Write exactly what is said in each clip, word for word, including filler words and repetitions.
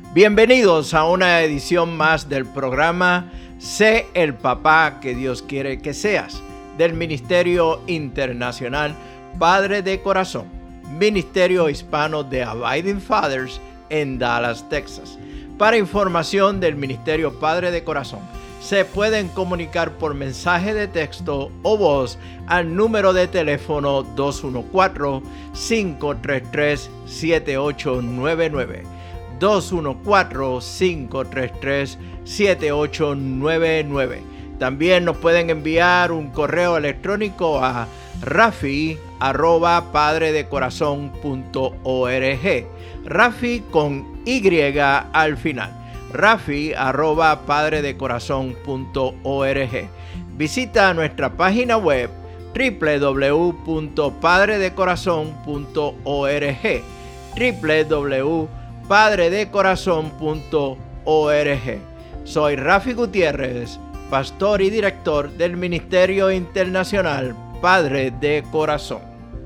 Bienvenidos a una edición más del programa Sé el papá que Dios quiere que seas, del Ministerio Internacional Padre de Corazón, Ministerio Hispano de Abiding Fathers en Dallas, Texas. Para información del Ministerio Padre de Corazón, se pueden comunicar por mensaje de texto o voz al número de teléfono dos uno cuatro, cinco tres tres, siete ocho nueve nueve. dos uno cuatro, cinco tres tres, siete ocho nueve nueve. También nos pueden enviar un correo electrónico a rafi arroba padredecorazon punto org. Rafi con Y al final. rafi arroba padredecorazon punto org. Visita nuestra página web doble u doble u doble u punto padredecorazon punto org. doble u doble u doble u punto padredecorazon punto org. Soy Rafi Gutiérrez, pastor y director del Ministerio Internacional Padre de Corazón.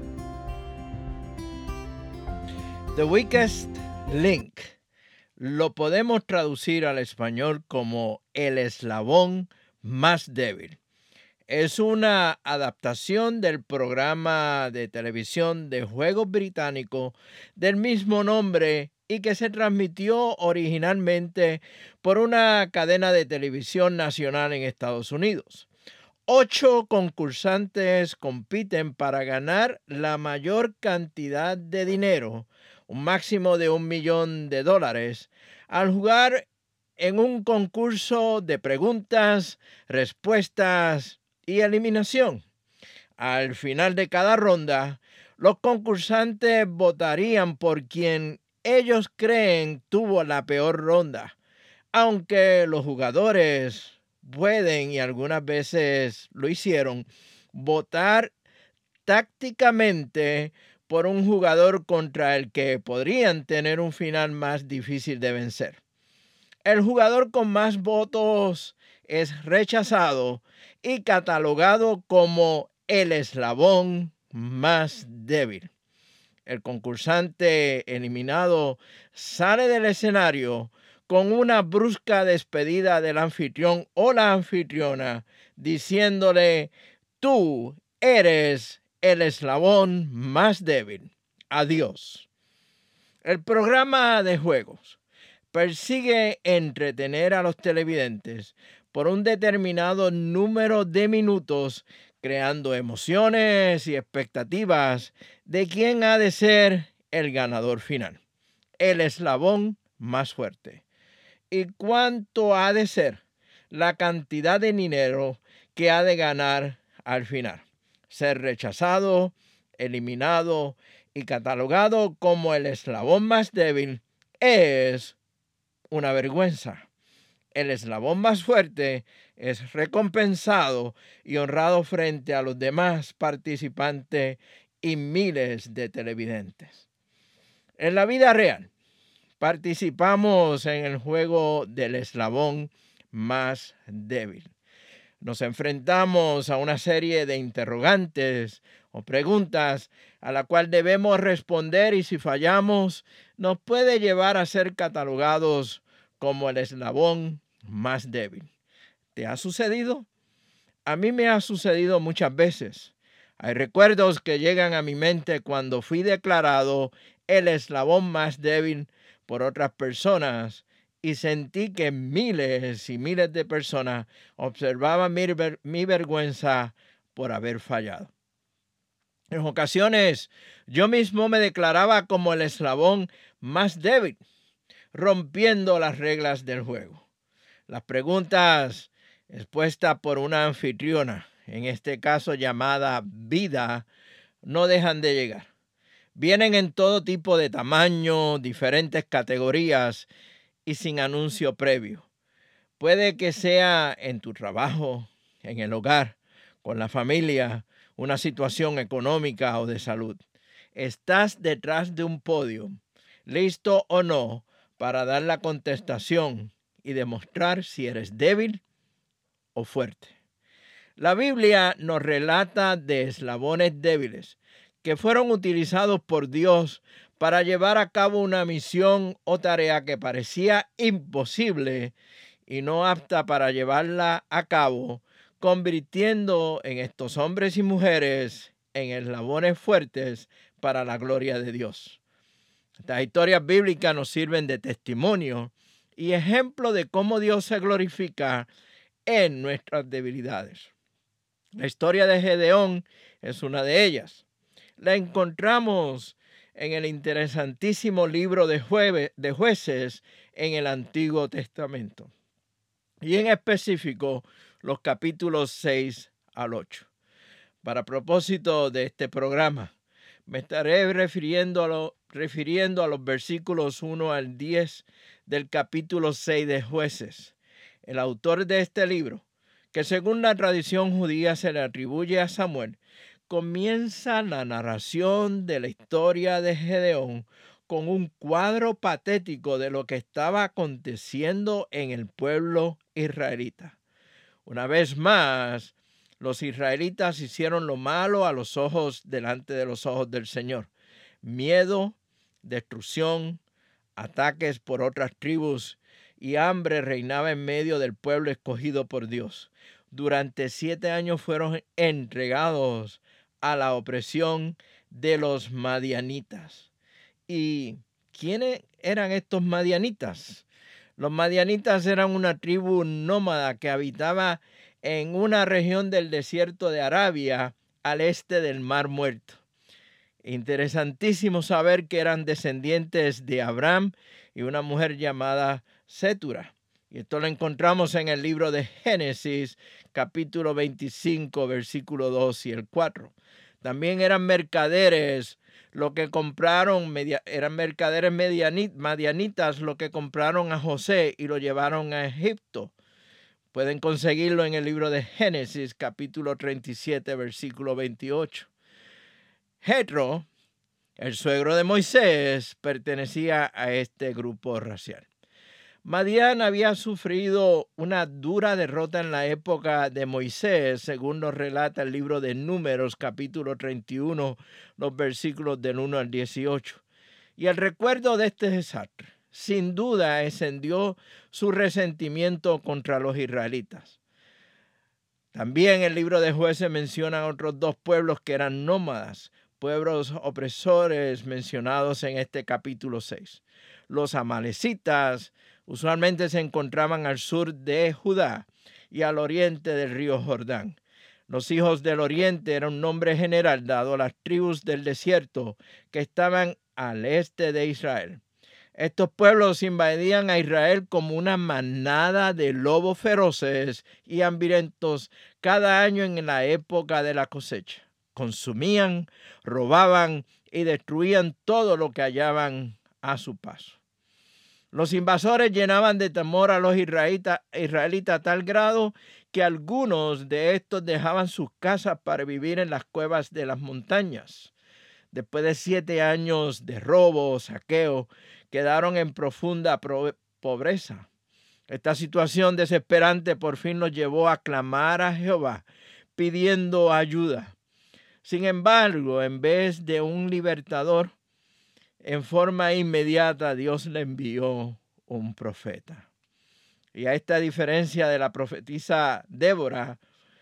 The Weakest Link lo podemos traducir al español como el eslabón más débil. Es una adaptación del programa de televisión de juegos británico del mismo nombre y que se transmitió originalmente por una cadena de televisión nacional en Estados Unidos. Ocho concursantes compiten para ganar la mayor cantidad de dinero, un máximo de un millón de dólares, al jugar en un concurso de preguntas, respuestas y eliminación. Al final de cada ronda, los concursantes votarían por quien ellos creen tuvo la peor ronda, aunque los jugadores pueden, y algunas veces lo hicieron, votar tácticamente por un jugador contra el que podrían tener un final más difícil de vencer. El jugador con más votos es rechazado y catalogado como el eslabón más débil. El concursante eliminado sale del escenario con una brusca despedida del anfitrión o la anfitriona, diciéndole: tú eres el eslabón más débil. Adiós. El programa de juegos persigue entretener a los televidentes por un determinado número de minutos, creando emociones y expectativas de quién ha de ser el ganador final, el eslabón más fuerte. ¿Y cuánto ha de ser la cantidad de dinero que ha de ganar al final? Ser rechazado, eliminado y catalogado como el eslabón más débil es una vergüenza. El eslabón más fuerte es recompensado y honrado frente a los demás participantes y miles de televidentes. En la vida real, participamos en el juego del eslabón más débil. Nos enfrentamos a una serie de interrogantes o preguntas a la cual debemos responder, y si fallamos, nos puede llevar a ser catalogados como el eslabón más débil. ¿Te ha sucedido? A mí me ha sucedido muchas veces. Hay recuerdos que llegan a mi mente cuando fui declarado el eslabón más débil por otras personas y sentí que miles y miles de personas observaban mi, ver- mi vergüenza por haber fallado. En ocasiones, yo mismo me declaraba como el eslabón más débil, rompiendo las reglas del juego. Las preguntas expuestas por una anfitriona, en este caso llamada vida, no dejan de llegar. Vienen en todo tipo de tamaño, diferentes categorías y sin anuncio previo. Puede que sea en tu trabajo, en el hogar, con la familia, una situación económica o de salud. Estás detrás de un podio, listo o no, para dar la contestación y demostrar si eres débil o fuerte. La Biblia nos relata de eslabones débiles que fueron utilizados por Dios para llevar a cabo una misión o tarea que parecía imposible y no apta para llevarla a cabo, convirtiendo en estos hombres y mujeres en eslabones fuertes para la gloria de Dios. Estas historias bíblicas nos sirven de testimonio y ejemplo de cómo Dios se glorifica en nuestras debilidades. La historia de Gedeón es una de ellas. La encontramos en el interesantísimo libro de, Jueve, de Jueces en el Antiguo Testamento, y en específico los capítulos seis al ocho. Para propósito de este programa, me estaré refiriendo a, lo, refiriendo a los versículos uno al diez del capítulo seis de Jueces. El autor de este libro, que según la tradición judía se le atribuye a Samuel, comienza la narración de la historia de Gedeón con un cuadro patético de lo que estaba aconteciendo en el pueblo israelita. Una vez más, los israelitas hicieron lo malo a los ojos delante de los ojos del Señor. Miedo, destrucción, ataques por otras tribus y hambre reinaba en medio del pueblo escogido por Dios. Durante siete años fueron entregados a la opresión de los madianitas. ¿Y quiénes eran estos madianitas? Los madianitas eran una tribu nómada que habitaba en una región del desierto de Arabia al este del Mar Muerto. Interesantísimo saber que eran descendientes de Abraham y una mujer llamada Setura. Y esto lo encontramos en el libro de Génesis, capítulo veinticinco, versículo dos y el cuatro. También eran mercaderes, lo que compraron, media, eran mercaderes medianit, madianitas, lo que compraron a José y lo llevaron a Egipto. Pueden conseguirlo en el libro de Génesis, capítulo treinta y siete, versículo veintiocho. Jetro, el suegro de Moisés, pertenecía a este grupo racial. Madián había sufrido una dura derrota en la época de Moisés, según nos relata el libro de Números, capítulo treinta y uno, los versículos del uno al dieciocho. Y el recuerdo de este desastre, sin duda, encendió su resentimiento contra los israelitas. También el libro de Jueces menciona a otros dos pueblos que eran nómadas, pueblos opresores mencionados en este capítulo seis. Los amalecitas usualmente se encontraban al sur de Judá y al oriente del río Jordán. Los hijos del oriente era un nombre general dado a las tribus del desierto que estaban al este de Israel. Estos pueblos invadían a Israel como una manada de lobos feroces y hambrientos cada año en la época de la cosecha. Consumían, robaban y destruían todo lo que hallaban a su paso. Los invasores llenaban de temor a los israelitas, israelitas a tal grado que algunos de estos dejaban sus casas para vivir en las cuevas de las montañas. Después de siete años de robo, saqueo, quedaron en profunda pobreza. Esta situación desesperante por fin los llevó a clamar a Jehová, pidiendo ayuda. Sin embargo, en vez de un libertador, en forma inmediata Dios le envió un profeta. Y a esta diferencia de la profetisa Débora,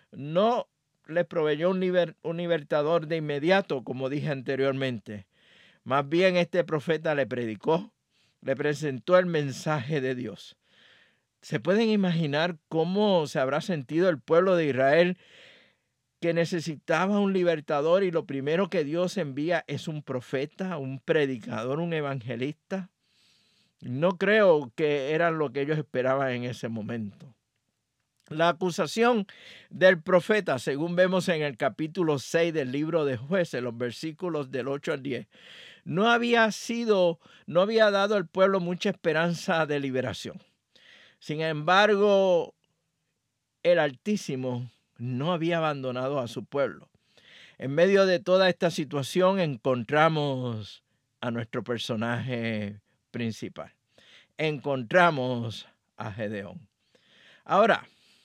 no les proveyó un, liber, un libertador de inmediato, como dije anteriormente. Más bien este profeta le predicó, le presentó el mensaje de Dios. ¿Se pueden imaginar cómo se habrá sentido el pueblo de Israel que necesitaba un libertador y lo primero que Dios envía es un profeta, un predicador, un evangelista? No creo que era lo que ellos esperaban en ese momento. La acusación del profeta, según vemos en el capítulo seis del libro de Jueces, los versículos del ocho al diez, no había sido, no había dado al pueblo mucha esperanza de liberación. Sin embargo, el Altísimo no había abandonado a su pueblo. En medio de toda esta situación encontramos a nuestro personaje principal. Encontramos a Gedeón. Ahora,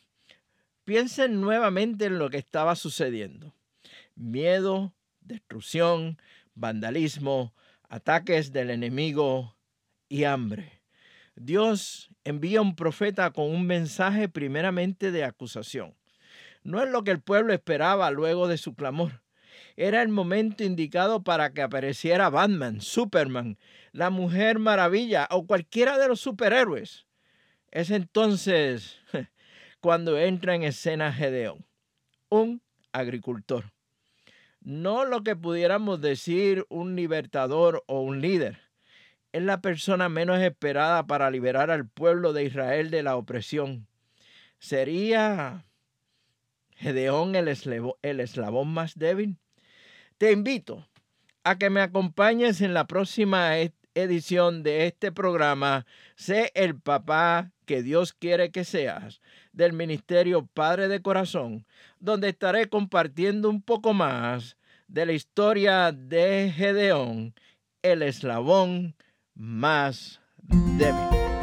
piensen nuevamente en lo que estaba sucediendo. Miedo, destrucción, vandalismo, ataques del enemigo y hambre. Dios envía un profeta con un mensaje primeramente de acusación. No es lo que el pueblo esperaba luego de su clamor. Era el momento indicado para que apareciera Batman, Superman, la Mujer Maravilla o cualquiera de los superhéroes. Es entonces cuando entra en escena Gedeón, un agricultor. No lo que pudiéramos decir un libertador o un líder. Es la persona menos esperada para liberar al pueblo de Israel de la opresión. ¿Sería Gedeón el, eslavo, el eslabón más débil? Te invito a que me acompañes en la próxima edición de este programa, Sé el papá que Dios quiere que seas, del Ministerio Padre de Corazón, donde estaré compartiendo un poco más de la historia de Gedeón, el eslabón más débil.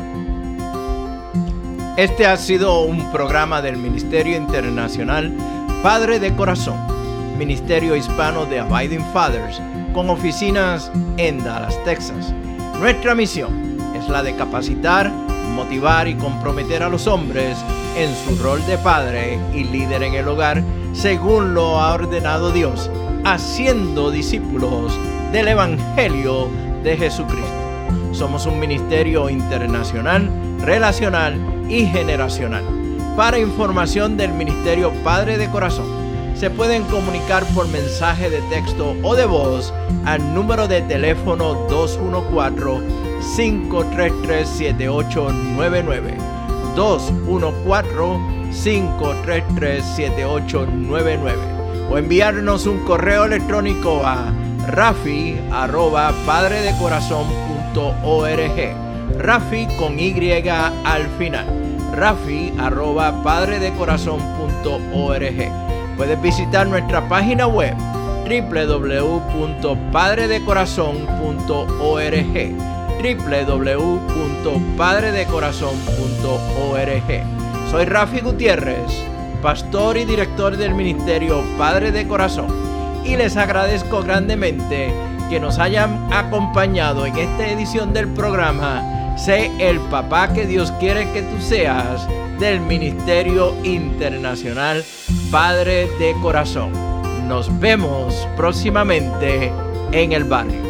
Este ha sido un programa del Ministerio Internacional Padre de Corazón, Ministerio Hispano de Abiding Fathers, con oficinas en Dallas, Texas. Nuestra misión es la de capacitar, motivar y comprometer a los hombres en su rol de padre y líder en el hogar, según lo ha ordenado Dios, haciendo discípulos del Evangelio de Jesucristo. Somos un ministerio internacional, relacional y generacional. Para información del Ministerio Padre de Corazón, se pueden comunicar por mensaje de texto o de voz al número de teléfono dos uno cuatro, cinco tres tres, siete ocho nueve nueve. dos uno cuatro, cinco tres tres, siete ocho nueve nueve. O enviarnos un correo electrónico a rafi arroba padredecorazon punto org. Rafi con Y al final. Rafi arroba padredecorazon punto org. Puedes visitar nuestra página web doble u doble u doble u punto padre de corazón punto org. doble u doble u doble u punto padre de corazón punto org. Soy Rafi Gutiérrez, pastor y director del Ministerio Padre de Corazón, y les agradezco grandemente que nos hayan acompañado en esta edición del programa Sé el papá que Dios quiere que tú seas, del Ministerio Internacional Padre de Corazón. Nos vemos próximamente en el barrio.